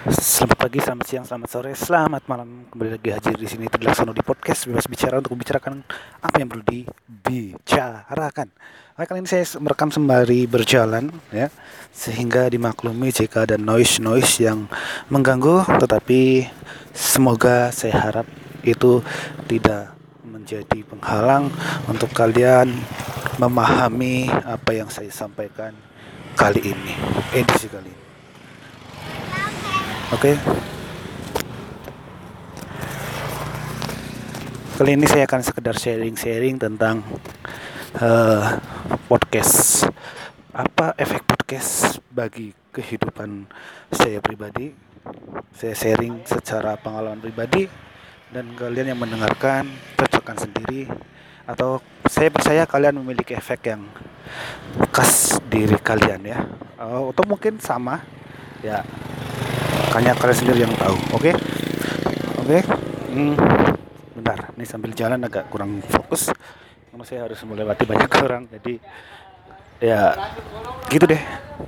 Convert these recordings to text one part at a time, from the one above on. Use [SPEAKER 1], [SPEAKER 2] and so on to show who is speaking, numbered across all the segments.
[SPEAKER 1] Selamat pagi, selamat siang, selamat sore, selamat malam. Kembali lagi hadir di sini Laksono di podcast Bebas Bicara untuk membicarakan apa yang perlu dibicarakan. Oke, kali ini saya merekam sembari berjalan ya, sehingga dimaklumi jika ada noise yang mengganggu, tetapi semoga saya harap itu tidak menjadi penghalang untuk kalian memahami apa yang saya sampaikan kali ini, edisi kali ini. Oke. Kali ini saya akan sekedar sharing tentang podcast. Apa efek podcast bagi kehidupan saya pribadi? Saya sharing secara pengalaman pribadi dan kalian yang mendengarkan cocokkan sendiri, atau saya percaya kalian memiliki efek yang khas diri kalian ya. Atau mungkin sama ya, hanya kalian sendiri yang tahu. Oke. Bentar, ini sambil jalan agak kurang fokus karena saya harus melewati banyak orang, jadi ya gitu deh.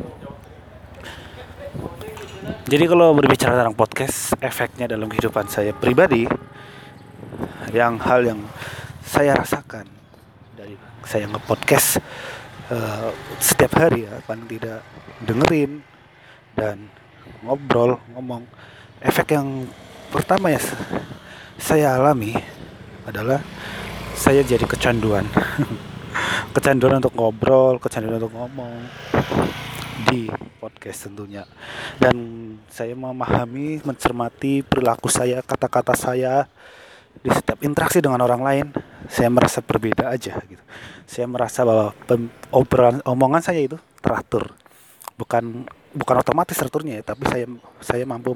[SPEAKER 1] Jadi kalau berbicara tentang podcast, efeknya dalam kehidupan saya pribadi, hal yang saya rasakan dari saya nge-podcast setiap hari ya, paling tidak dengerin dan ngomong. Efek yang pertama ya saya alami adalah saya jadi kecanduan kecanduan untuk ngobrol, kecanduan untuk ngomong di podcast tentunya. Dan saya memahami, mencermati perilaku saya, kata-kata saya di setiap interaksi dengan orang lain. Saya merasa berbeda aja gitu. Saya merasa bahwa omongan saya itu teratur. Bukan otomatis teraturnya ya, tapi saya mampu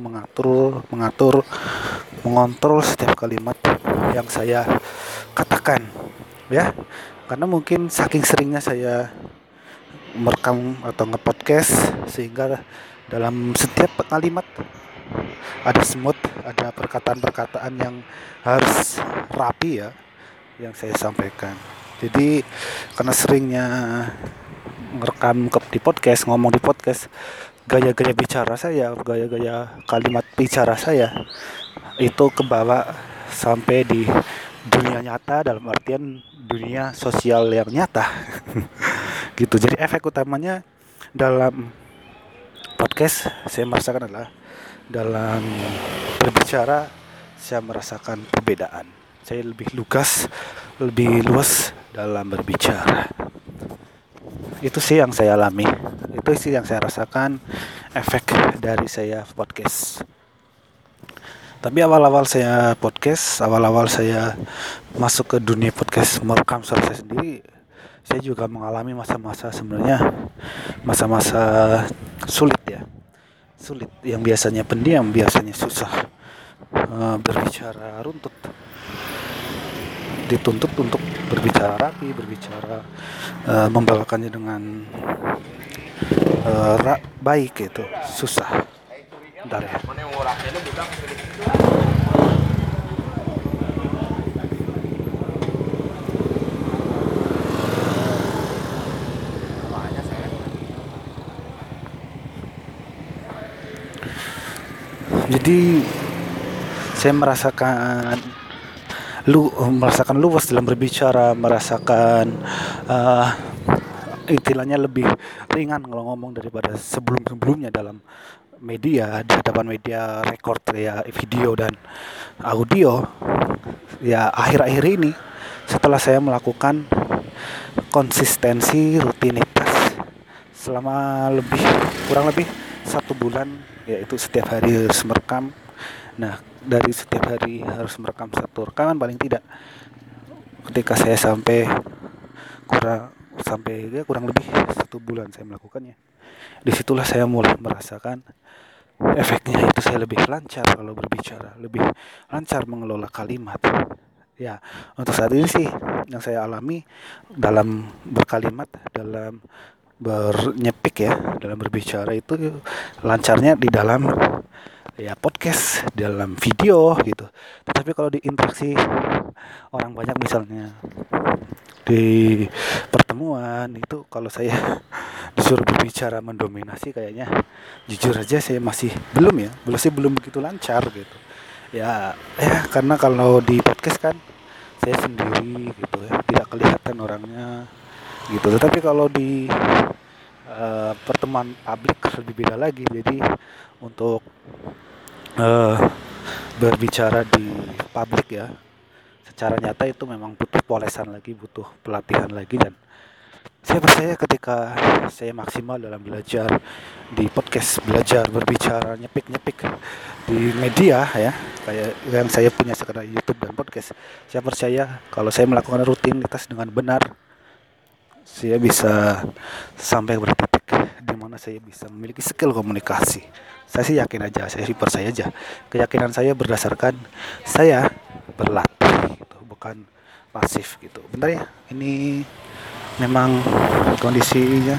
[SPEAKER 1] mengontrol setiap kalimat yang saya katakan ya. Karena mungkin saking seringnya saya merekam atau nge-podcast, sehingga dalam setiap kalimat ada smooth, ada perkataan-perkataan yang harus rapi ya yang saya sampaikan. Jadi karena seringnya ngerekam di podcast, ngomong di podcast, gaya-gaya bicara saya, gaya-gaya kalimat bicara saya itu kebawa sampai di dunia nyata, dalam artian dunia sosial yang nyata. Gitu. Jadi efek utamanya dalam podcast saya merasakan adalah dalam berbicara saya merasakan perbedaan. Saya lebih lugas, lebih luas dalam berbicara. Itu sih yang saya alami. Itu sih yang saya rasakan efek dari saya podcast. Tapi awal-awal saya masuk ke dunia podcast, merekam suara saya sendiri, saya juga mengalami masa-masa sebenarnya masa-masa sulit ya. Sulit, yang biasanya pendiam, biasanya susah berbicara runtut. Dituntut untuk berbicara rapi, berbicara membawakannya dengan baik, itu susah. Bentar ya. Jadi saya merasakan luas dalam berbicara, merasakan istilahnya lebih ringan kalau ngomong daripada sebelumnya dalam media, di hadapan media record ya, video dan audio. Ya akhir-akhir ini setelah saya melakukan konsistensi rutinitas selama kurang lebih 1 bulan, yaitu setiap hari harus merekam. Nah, dari setiap hari harus merekam 1 rekaman paling tidak, ketika saya kurang lebih 1 bulan saya melakukannya, disitulah saya mulai merasakan efeknya. Itu saya lebih lancar kalau berbicara, lebih lancar mengelola kalimat. Ya, untuk saat ini sih yang saya alami dalam berkalimat, dalam bernyepik ya, dalam berbicara itu lancarnya di dalam ya podcast, dalam video gitu. Tetapi kalau di interaksi orang banyak, misalnya di pertemuan, itu kalau saya disuruh berbicara mendominasi kayaknya jujur aja saya masih belum begitu lancar gitu. Ya karena kalau di podcast kan saya sendiri gitu ya, tidak kelihatan orangnya gitu. Tetapi kalau di pertemuan publik lebih beda lagi. Jadi untuk eh, berbicara di publik ya secara nyata itu memang butuh polesan lagi, butuh pelatihan lagi. Dan saya percaya ketika saya maksimal dalam belajar di podcast, belajar berbicara nyepik di media ya, kayak yang saya punya sekarang YouTube dan podcast, saya percaya kalau saya melakukan rutinitas dengan benar, saya bisa sampai pada titik di mana saya bisa memiliki skill komunikasi. Saya sih yakin aja, saya sih percaya aja. Keyakinan saya berdasarkan saya berlatih gitu, bukan pasif gitu. Bentar ya, ini memang kondisinya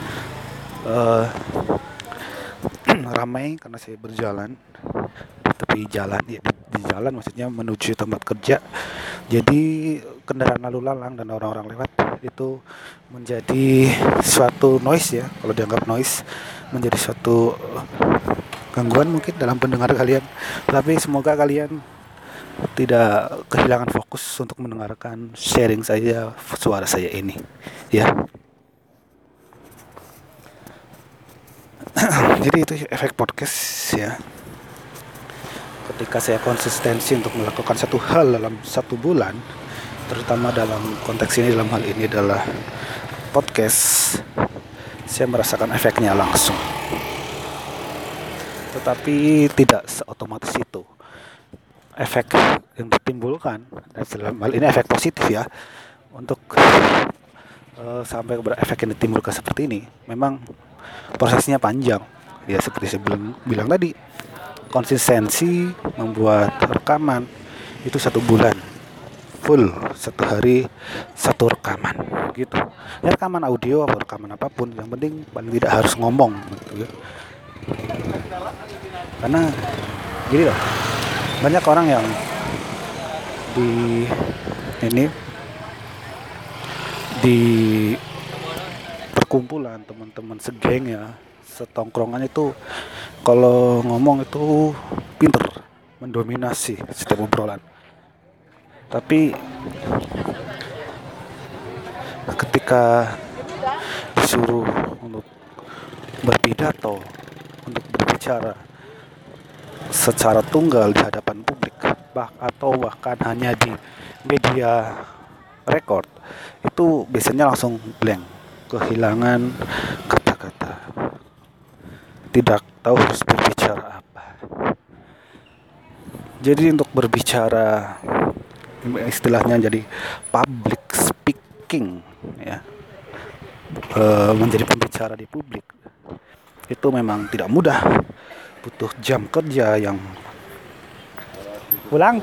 [SPEAKER 1] ramai karena saya berjalan di tepi jalan ya, di jalan maksudnya menuju tempat kerja. Jadi kendaraan lalu lalang dan orang-orang lewat itu menjadi suatu noise ya, kalau dianggap noise, menjadi suatu gangguan mungkin dalam pendengar kalian. Tapi semoga kalian tidak kehilangan fokus untuk mendengarkan sharing saya, suara saya ini ya. Jadi itu efek podcast ya. Ketika saya konsistensi untuk melakukan satu hal dalam 1 bulan, terutama dalam konteks ini, dalam hal ini adalah podcast, saya merasakan efeknya langsung. Tetapi tidak seotomatis itu efek yang ditimbulkan, dan dalam hal ini efek positif ya, untuk sampai kepada efek yang ditimbulkan seperti ini, memang prosesnya panjang ya. Seperti saya bilang tadi, konsistensi membuat rekaman itu 1 bulan full, 1 hari 1 rekaman gitu ya, rekaman audio atau rekaman apapun, yang penting paling tidak harus ngomong gitu ya. Karena gini loh, banyak orang yang di perkumpulan teman-teman segeng ya, setongkrongan itu kalau ngomong itu pinter mendominasi setiap obrolan. Tapi ketika disuruh untuk berpidato, untuk berbicara secara tunggal di hadapan publik, atau bahkan hanya di media record, itu biasanya langsung blank, kehilangan kata-kata, tidak tahu harus berbicara apa. Jadi untuk berbicara, istilahnya jadi public speaking ya, menjadi pembicara di publik itu memang tidak mudah, butuh jam kerja yang ulang.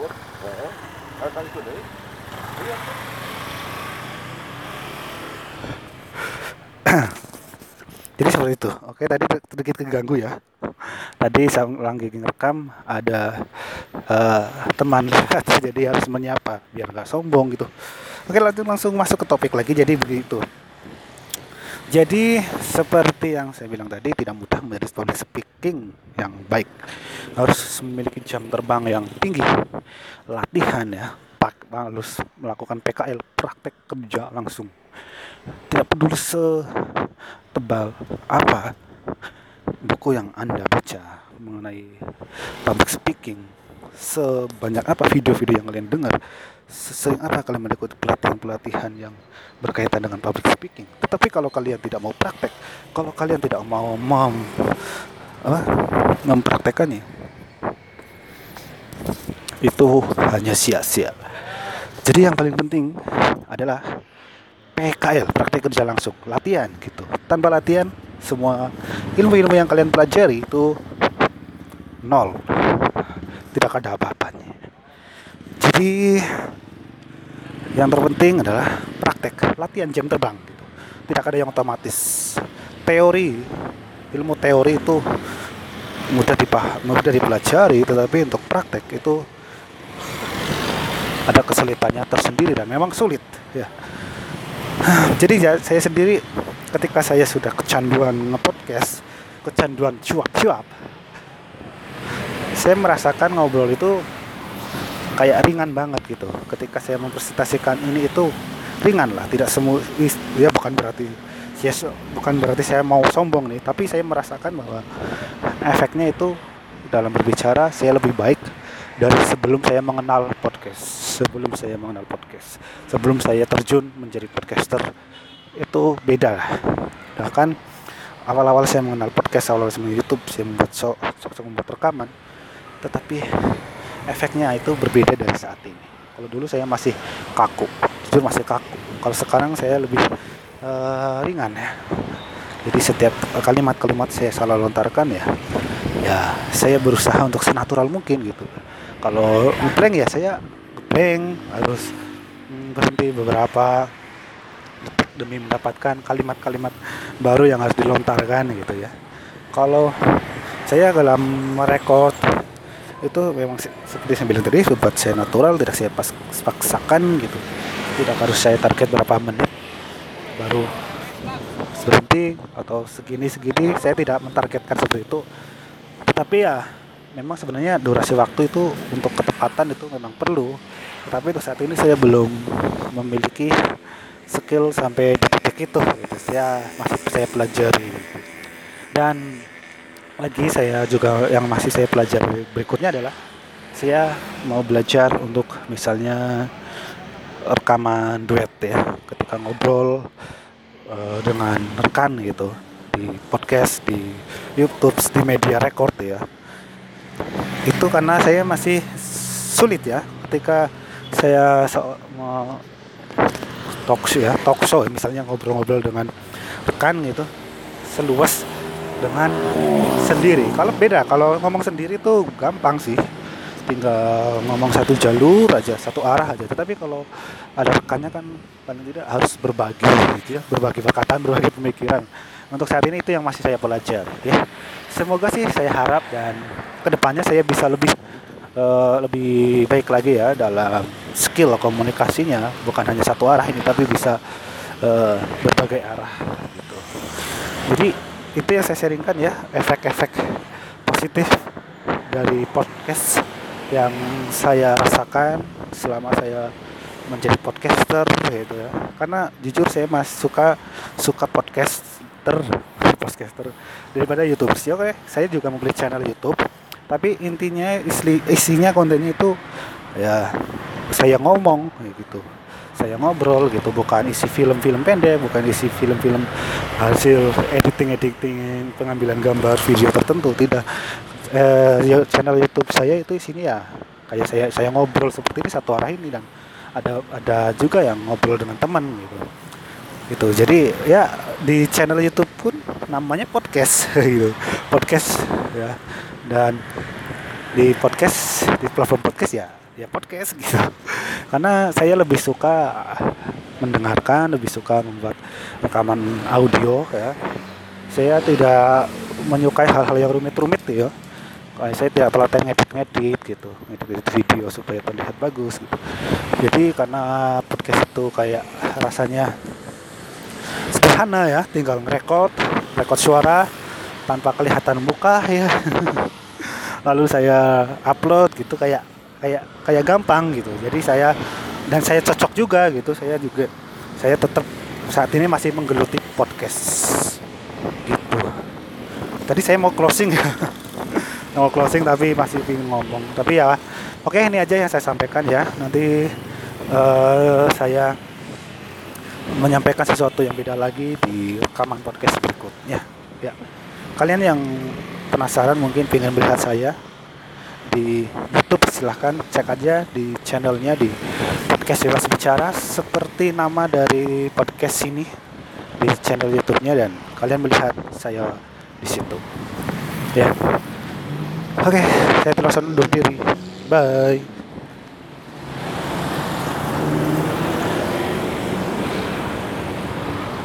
[SPEAKER 1] Jadi seperti itu. Oke, tadi sedikit keganggu ya. Tadi saya lagi ngerekam, ada teman lihat, jadi harus menyapa biar nggak sombong gitu. Oke, langsung masuk ke topik lagi. Jadi begitu. Jadi seperti yang saya bilang tadi, tidak mudah menjadi public speaking yang baik. Harus memiliki jam terbang yang tinggi, latihan ya, harus melakukan PKL, praktek kerja langsung. Tidak peduli setebal apa buku yang Anda baca mengenai public speaking, sebanyak apa video-video yang kalian dengar, sesering apa kalian mengikuti pelatihan-pelatihan yang berkaitan dengan public speaking. Tetapi kalau kalian tidak mau praktek, kalau kalian tidak mau mempraktekannya, itu hanya sia-sia. Jadi yang paling penting adalah PKL, praktek kerja langsung, latihan gitu. Tanpa latihan, semua ilmu-ilmu yang kalian pelajari itu nol, tidak ada apa-apanya. Jadi yang terpenting adalah praktek, latihan jam terbang gitu. Tidak ada yang otomatis. Teori, ilmu teori itu mudah dipelajari, tetapi untuk praktek itu ada kesulitannya tersendiri dan memang sulit ya. Jadi saya sendiri ketika saya sudah kecanduan nge-podcast, kecanduan cuap-cuap, saya merasakan ngobrol itu kayak ringan banget gitu. Ketika saya mempresentasikan ini itu ringan lah, tidak semua ya, bukan berarti saya mau sombong nih, tapi saya merasakan bahwa efeknya itu dalam berbicara saya lebih baik dari sebelum saya mengenal podcast. Sebelum saya terjun menjadi podcaster, itu beda lah. Bahkan awal-awal saya mengenal podcast, awal-awal saya mengenal YouTube, saya membuat rekaman, tetapi efeknya itu berbeda dari saat ini. Kalau dulu saya masih kaku, jujur masih kaku. Kalau sekarang saya lebih ringan ya. Jadi setiap kalimat-kalimat saya salah lontarkan ya saya berusaha untuk senatural mungkin gitu. Kalau ngeblank ya saya ngeblank, harus berhenti beberapa detik demi mendapatkan kalimat-kalimat baru yang harus dilontarkan gitu ya. Kalau saya dalam merekod itu memang seperti saya bilang tadi, buat saya natural, tidak saya paksakan gitu. Tidak harus saya target berapa menit baru berhenti atau segini, saya tidak mentargetkan seperti itu. Tapi ya memang sebenarnya durasi waktu itu untuk ketepatan itu memang perlu. Tapi untuk saat ini saya belum memiliki skill sampai di titik itu gitu. Saya pelajari. Dan lagi saya juga yang masih saya pelajari berikutnya adalah saya mau belajar untuk misalnya rekaman duet ya, ketika ngobrol dengan rekan gitu, di podcast, di YouTube, di media record ya. Itu karena saya masih sulit ya ketika saya talk show misalnya, ngobrol-ngobrol dengan rekan gitu, seluas dengan sendiri. Kalau ngomong sendiri tuh gampang sih, tinggal ngomong satu jalur aja, satu arah aja. Tetapi kalau ada rekannya kan paling tidak harus berbagi gitu ya, berbagi perkataan, berbagi pemikiran. Untuk saat ini itu yang masih saya pelajari ya. Semoga sih, saya harap dan kedepannya saya bisa lebih baik lagi ya dalam skill komunikasinya, bukan hanya satu arah ini tapi bisa berbagai arah gitu. Jadi itu yang saya sharingkan ya, efek-efek positif dari podcast yang saya rasakan selama saya menjadi podcaster gitu ya. Karena jujur saya masih suka podcaster daripada YouTuber sih. Oke, saya juga membeli channel YouTube, tapi intinya isinya kontennya itu ya saya ngomong gitu, saya ngobrol gitu, bukan isi film-film pendek, bukan isi film-film hasil editing pengambilan gambar video tertentu, tidak. Channel YouTube saya itu isinya ya kayak saya ngobrol seperti ini, satu arah ini, dan ada juga yang ngobrol dengan teman gitu. Jadi ya di channel YouTube pun namanya podcast gitu, podcast ya. Dan di platform podcast ya podcast gitu. Karena saya lebih suka mendengarkan, lebih suka membuat rekaman audio ya. Saya tidak menyukai hal-hal yang rumit-rumit ya. Saya tidak telaten ngedit gitu, ngedit video supaya terlihat bagus gitu. Jadi karena podcast itu kayak rasanya sederhana ya, tinggal rekod suara tanpa kelihatan muka ya. Lalu saya upload gitu, kayak gampang gitu. Jadi saya cocok juga gitu. Saya tetap saat ini masih menggeluti podcast gitu. Tadi saya mau closing tapi masih ingin ngomong. Tapi ya oke, ini aja yang saya sampaikan ya. Nanti saya menyampaikan sesuatu yang beda lagi di rekaman podcast berikutnya ya. Kalian yang penasaran mungkin pengen melihat saya di YouTube, silahkan cek aja di channelnya, di podcast Bebas Bicara seperti nama dari podcast ini, di channel YouTube-nya, dan kalian melihat saya di situ ya. Oke, saya terus undur diri. Bye.